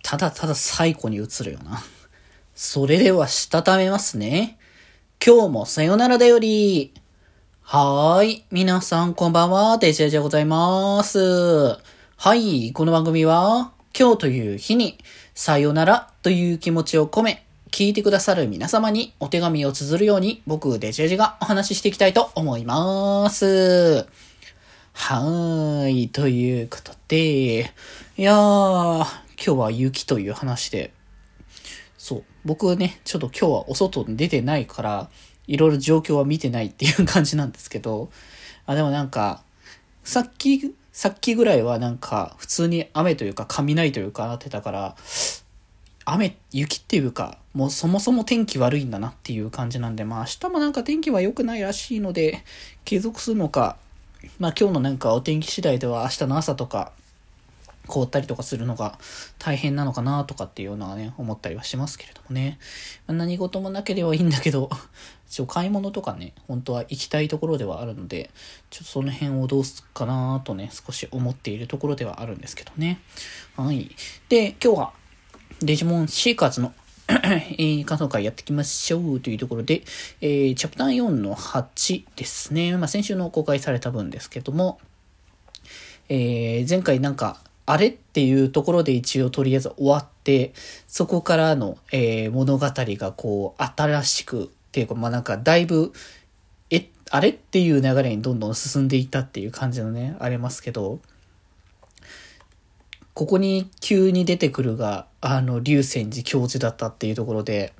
ただただ最古に映るよな。それではしたためますね。今日もさよならだより。はーい。皆さんこんばんは。デジェジでございます。はい。この番組は今日という日にさよならという気持ちを込め聞いてくださる皆様にお手紙を綴るように僕デジェジがお話ししていきたいと思います。はーい。ということで、今日は雪という話で、そう、僕ね、ちょっと今日はお外に出てないから、いろいろ状況は見てないっていう感じなんですけど、でもなんか、さっきぐらいはなんか、普通に雨というか雷というかなってたから、雪っていうか、もうそもそも天気悪いんだなっていう感じなんで、明日もなんか天気は良くないらしいので、継続するのか、今日のなんかお天気次第では明日の朝とか凍ったりとかするのが大変なのかなとかっていうのはね思ったりはしますけれどもね、何事もなければいいんだけど買い物とかね本当は行きたいところではあるのでちょっとその辺をどうすっかなとね少し思っているところではあるんですけどね。はい。で今日はデジモンシーカーズの感想会やっていきましょうというところで、チャプター4の8ですね。先週の公開された分ですけども、前回なんか、あれっていうところで一応とりあえず終わって、そこからの、物語がこう、新しく、っていうか、なんかだいぶ、あれっていう流れにどんどん進んでいったっていう感じのね、ありますけど、ここに急に出てくるが、竜泉寺教授だったっていうところで、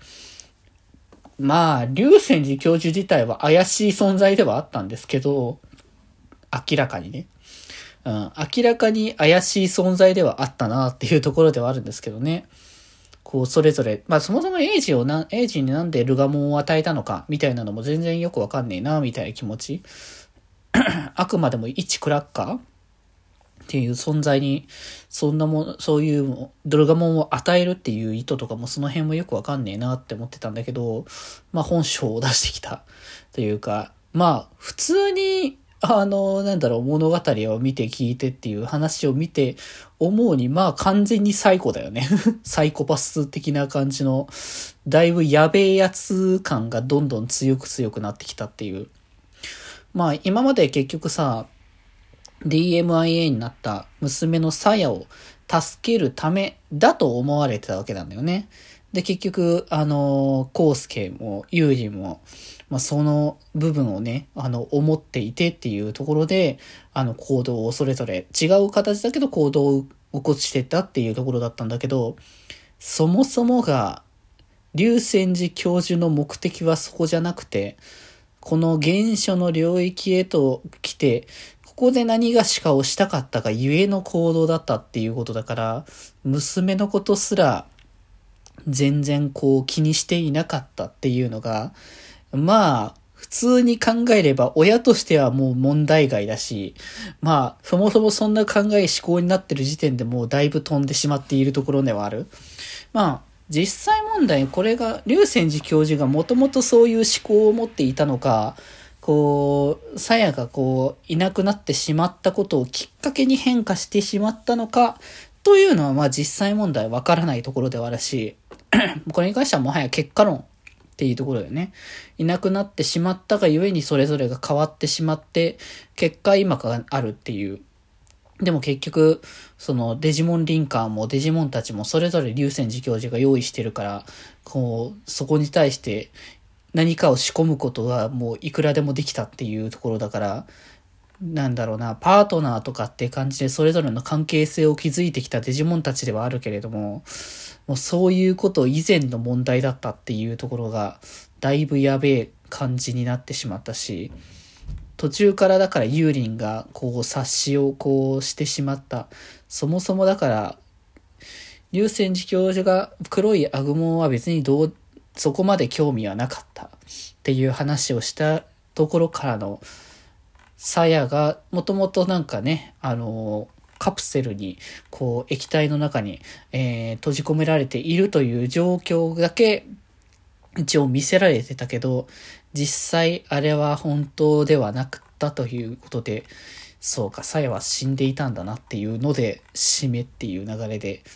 竜泉寺教授自体は怪しい存在ではあったんですけど、明らかにね。明らかに怪しい存在ではあったなっていうところではあるんですけどね。こう、それぞれ、そもそもエイジになんでルガモンを与えたのか、みたいなのも全然よくわかんねえな、みたいな気持ち。あくまでも一クラッカーっていう存在に、そういうルガモンを与えるっていう意図とかもその辺もよくわかんねえなって思ってたんだけど、本性を出してきたというか、普通に、物語を見て聞いてっていう話を見て思うに、完全にサイコだよね。サイコパス的な感じの、だいぶやべえやつ感がどんどん強くなってきたっていう。今まで結局さ、DMIA になった娘のサヤを助けるためだと思われてたわけなんだよね。で、結局、コウスケも、ユージも、その部分をね、思っていてっていうところで、行動をそれぞれ違う形だけど行動を起こしてたっていうところだったんだけど、そもそもが、竜泉寺教授の目的はそこじゃなくて、この原初の領域へと来て、ここで何がしかをしたかったがゆえの行動だったっていうことだから、娘のことすら、全然こう気にしていなかったっていうのが、普通に考えれば親としてはもう問題外だし、そもそもそんな考え思考になってる時点でもうだいぶ飛んでしまっているところではある。実際問題これが、竜泉寺教授がもともとそういう思考を持っていたのか、サヤがいなくなってしまったことをきっかけに変化してしまったのか、というのは実際問題わからないところではあるし、これに関してはもはや結果論っていうところでね、いなくなってしまったがゆえにそれぞれが変わってしまって、結果今があるっていう。でも結局、そのデジモンリンカーもデジモンたちもそれぞれ竜泉寺教授が用意してるから、そこに対して何かを仕込むことがもういくらでもできたっていうところだから、パートナーとかって感じでそれぞれの関係性を築いてきたデジモンたちではあるけれども、もうそういうこと以前の問題だったっていうところが、だいぶやべえ感じになってしまったし、途中からだからユーリンが察しをしてしまった。そもそもだから、竜泉寺教授が黒いアグモンは別にそこまで興味はなかったっていう話をしたところからの、サヤがもともとカプセルに液体の中に、閉じ込められているという状況だけ一応見せられてたけど、実際あれは本当ではなかったということで、そうか、サヤは死んでいたんだなっていうので締めっていう流れで、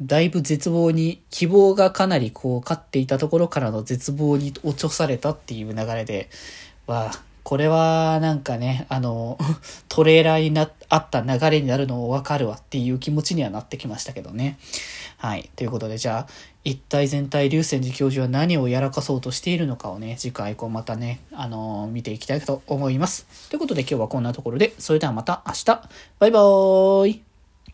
だいぶ絶望に、希望がかなりこう勝っていたところからの絶望に落とされたっていう流れで、これはなんかね、トレーラーにあった流れになるのもわかるわっていう気持ちにはなってきましたけどね。はい。ということで、じゃあ、一体全体、竜泉寺教授は何をやらかそうとしているのかをね、次回以降またね、見ていきたいと思います。ということで今日はこんなところで、それではまた明日、バイバーイ。